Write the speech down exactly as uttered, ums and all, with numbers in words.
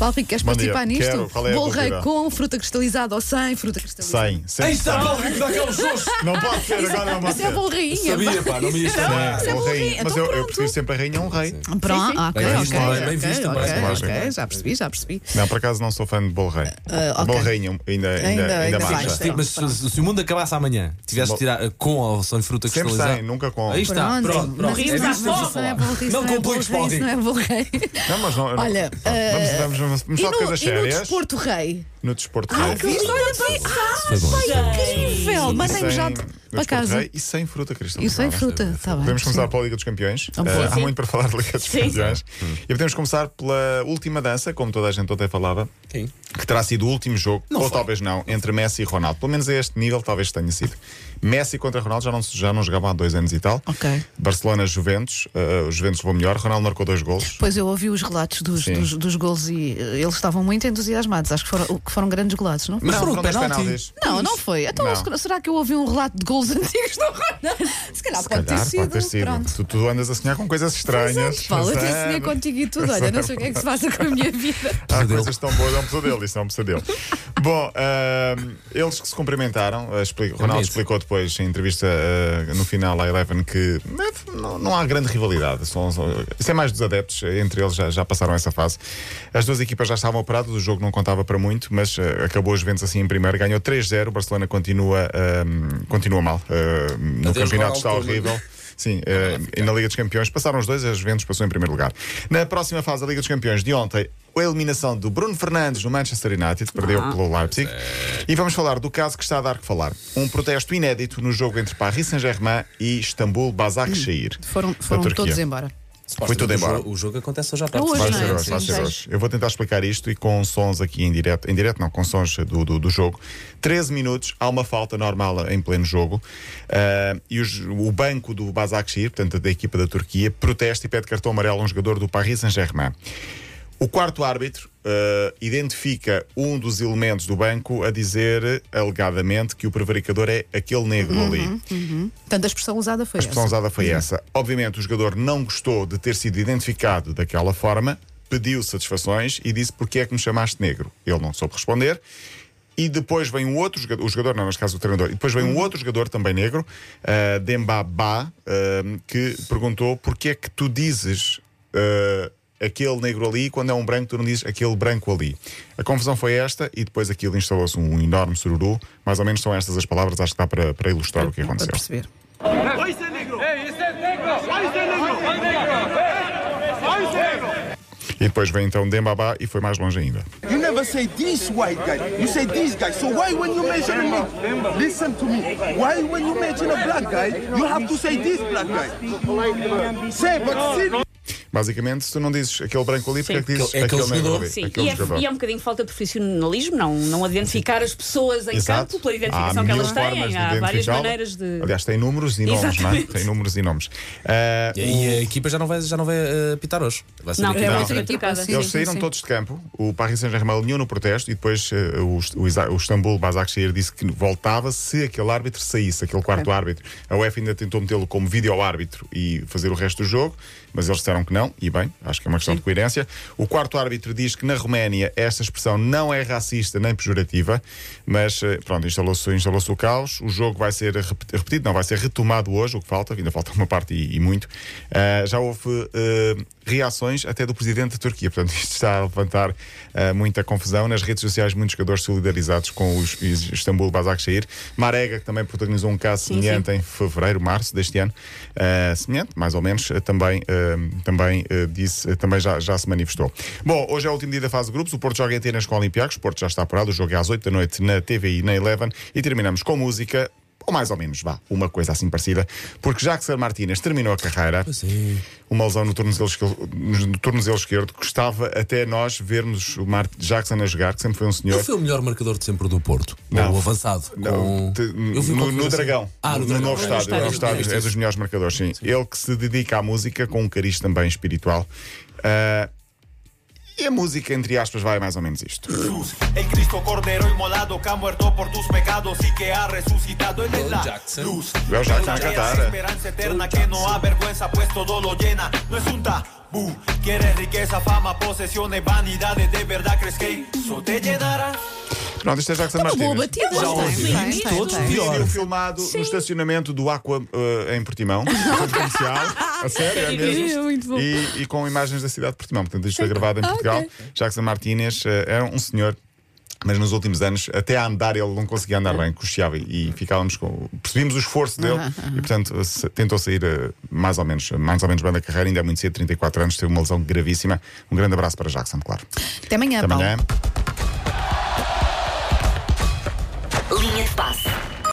Paulo Rico, queres Bom participar dia. nisto? Quero. Qual é a Bolo rei dúvida? com fruta cristalizada ou sem fruta cristalizada? cem. cem. Aí está, Paulo Rico, dá aqueles sons. Não pode ser, agora não pode Isso é ser. bolo rainha. Sabia, pá, não me ia chamar. É, bom o rei. rei. Mas Então eu, eu pronto. prefiro sempre a rainha a um rei. Pronto, Sim, sim. ok, Bem ok, visto, ok, bem visto, ok, bem visto. ok, já percebi, já percebi. Não, por acaso não sou fã de bolo rei. Ah, ok. Bolo rainha ainda, ainda, Ainda- ainda, ainda mais. mais. Tipo, mas se, se o mundo acabasse amanhã, tivesse de tirar uh, com ou sem fruta Sempre cristalizada. sem, nunca com. Aí está, Pronto, pronto, pronto. mas É isso disso que estamos a não é falar. bolo rei, isso Não não é bolo compliques, rei, Paulo isso não é Rico. bolo rei. Não, mas não. não- Olha, vamos, ah, vamos, vamos, vamos E falar de no, coisas e no sérias. desporto rei? No desporto rei. Olha bem, Foi bom. incrível! Mandem-me já Sem- de- no para desporto casa. rei E sem fruta E cristalizada. sem fruta, está bem. Podemos começar sim. pela Liga dos Campeões. Ah, Eh, há sim. muito para falar da Liga dos Sim. Campeões. E podemos começar pela última dança, como toda a gente ontem falava, Sim. que terá sido o último jogo, Não ou foi. talvez não, entre Messi e Ronaldo. Pelo menos a este nível, talvez tenha sido. Messi contra Ronaldo já não, já não jogavam há dois anos e tal. Ok. Barcelona-Juventus, uh, o Juventus levou melhor. Ronaldo marcou dois golos. Pois eu ouvi os relatos dos, Sim. dos, dos golos e eh, eles estavam muito entusiasmados. Acho que foram, que foram grandes golados, não? Mas não, foram foram dois penalti. penaltis. Não, não foi. Então, Não. se- será que eu ouvi um relato de golos antigos do Ronaldo? Se calhar Se pode, calhar, ter sido. pode ter sido. Pronto. Tu, tu andas a sonhar com coisas estranhas. Exato, Paulo, eu até Mas é- sonhei contigo e tudo. Olha, não sei o que é que se passa com a minha vida. Há Pesadelo. coisas tão boas, é um pesadelo, isso é um pesadelo. Bom, ahm, eles que se cumprimentaram, uh, expli- Ronaldo bonito. explicou depois em entrevista uh, no final à Eleven que eh, não, não há grande rivalidade. São, são- isso é mais dos adeptos, entre eles já, já passaram essa fase. As duas equipas já estavam operadas, o jogo não contava para muito, mas uh, acabou os Juventus assim em primeiro, ganhou três zero. O Barcelona continua, ahm, continua mal. Uh, no Adeus, campeonato está Ronaldo. horrível. Sim, eh, e na Liga dos Campeões passaram os dois, a Juventus passou em primeiro lugar. Na próxima fase da Liga dos Campeões de ontem, a eliminação do Bruno Fernandes no Manchester United, perdeu pelo Leipzig. E vamos falar do caso que está a dar que falar. Um protesto inédito no jogo entre Paris Saint-Germain e Istambul Basaksehir. Foram, da foram Turquia. todos embora. Foi tudo O embora. jogo- O jogo acontece hoje à É tarde. hoje, Vai não ser é? hoje, vai Sim, ser sim. hoje. Eu vou tentar explicar isto e com sons aqui em direto, em direto não, com sons do, do, do jogo. treze minutos, há uma falta normal em pleno jogo ah, e os- o banco do Basaksehir, portanto da equipa da Turquia, protesta e pede cartão amarelo a um jogador do Paris Saint-Germain. O quarto árbitro ah, identifica um dos elementos do banco a dizer, alegadamente, que o prevaricador é aquele negro ali. Portanto, a expressão usada foi A expressão essa. usada foi essa. Obviamente, o jogador não gostou de ter sido identificado daquela forma, pediu satisfações e disse: porque é que me chamaste negro? Ele não soube responder. E depois vem um outro jogador, o jogador, não, neste caso o treinador, e depois vem um outro jogador também negro, uh, Demba Ba, uh, que perguntou: porque é que tu dizes uh, aquele negro ali quando é um branco, tu não dizes aquele branco ali? A confusão foi esta e depois aquilo instalou-se um enorme sururu. Mais ou menos são estas as palavras, acho que dá para, para ilustrar o que Para aconteceu. perceber. ¡Ahí está el negro! ¡Ey, este es negro! ¡Ahí está el negro! ¡Ahí negro! ¡Ahí está el negro! E depois vem então Demba Ba e foi mais longe ainda. You never say this white guy. You say this guy. So why when you mention me, listen to me. Why when you mention a black guy, you have to say this black guy? Say, but see. Basicamente, se tu não dizes aquele branco ali, porque é que dizes É aquele aquele negro jogador. ali? Sim, Aquele e é, jogador. e é um bocadinho falta de profissionalismo, não, não identificar as pessoas em Exato. campo pela identificação Há que mil elas formas têm. de Há várias identificá-lo. maneiras de. Aliás, tem números e nomes, não é? Exatamente. Tem números e nomes. Ah, E a equipa já não vai, já não vai uh, pitar hoje. Vai ser Não, daqui é a uma pouco. outra trocada. Sim, Eles sim, saíram sim. todos de campo. O Paris Saint-Germain alinhou no protesto e depois eh, o, o, Isa- o Istambul Basaksehir disse que voltava se aquele árbitro saísse, aquele quarto árbitro. A UEFA ainda tentou metê-lo como vídeo-árbitro e fazer o resto do jogo, mas eles disseram que não, e bem, acho que é uma questão de coerência. O quarto árbitro diz que na Roménia esta expressão não é racista nem pejorativa, mas eh, pronto, instalou-se instalou-se o caos. O jogo vai ser repet- repetido, não, vai ser retomado hoje, o que falta, ainda falta uma parte e, e muito. Ah, já houve eh, reações até do presidente da Turquia, portanto isto está a levantar ah, muita confusão. Nas redes sociais, muitos jogadores solidarizados com os os Istambul Basaksehir. Marega, que também protagonizou um caso Sim, semelhante em fevereiro, março deste ano, ah, semelhante, mais ou menos, ah, também, ah, também, ah, disse, ah, também já, já se manifestou. Bom, hoje é o último dia da fase de grupos. O Porto joga em Atenas com o Olympiacos. O Porto já está apurado. O jogo é às oito da noite na T V I, na Eleven. E terminamos com música, ou mais ou menos, vá, uma coisa assim parecida, porque Jackson Martínez terminou a carreira. Pois é. Uma lesão no tornozelo, esquerdo, no tornozelo esquerdo. Gostava até nós vermos o Mart Jackson a jogar, que sempre foi um senhor. Ele foi o melhor marcador de sempre do Porto. Não. O avançado. Não, com... te- Eu vi no, qualquer no coisa Dragão, assim. Ah, no no, Dragão. novo No estádio, estádio. é, o estádio, é dos melhores marcadores, sim. Ele que se dedica à música com um cariz também espiritual. Ah, E a música, entre aspas, vai mais ou menos isto. El Cristo Cordero inmolado que ha muerto por tus pecados y que ha resucitado en la luz. O El Jackson a cantar. Esperanza eterna que no avergüenza, pues todo lo llena. No es un tabú. Quieres riqueza, fama, posesiones, vanidades. ¿De verdad crees que eso te llenará? Pronto, isto é Jackson Uma boa Martínez. batida. Já ouvi Tem, isto tem, todos tem. pior. Vídeo filmado no estacionamento do Aqua eh, em Portimão, centro comercial, a sério, é mesmo. É muito bom. E, e com imagens da cidade de Portimão. Portanto, isto foi gravado em Ah, Portugal. ok. Jackson Martínez eh, era um senhor, mas nos últimos anos, até a andar, ele não conseguia andar bem, cocheava e ficávamos com. Percebíamos o esforço dele e, portanto, se- tentou sair eh, mais ou menos, mais ou menos bem da carreira. Ainda é muito cedo, trinta e quatro anos, teve uma lesão gravíssima. Um grande abraço para Jackson, claro. Até amanhã, Até Paulo. amanhã. Linha de passe.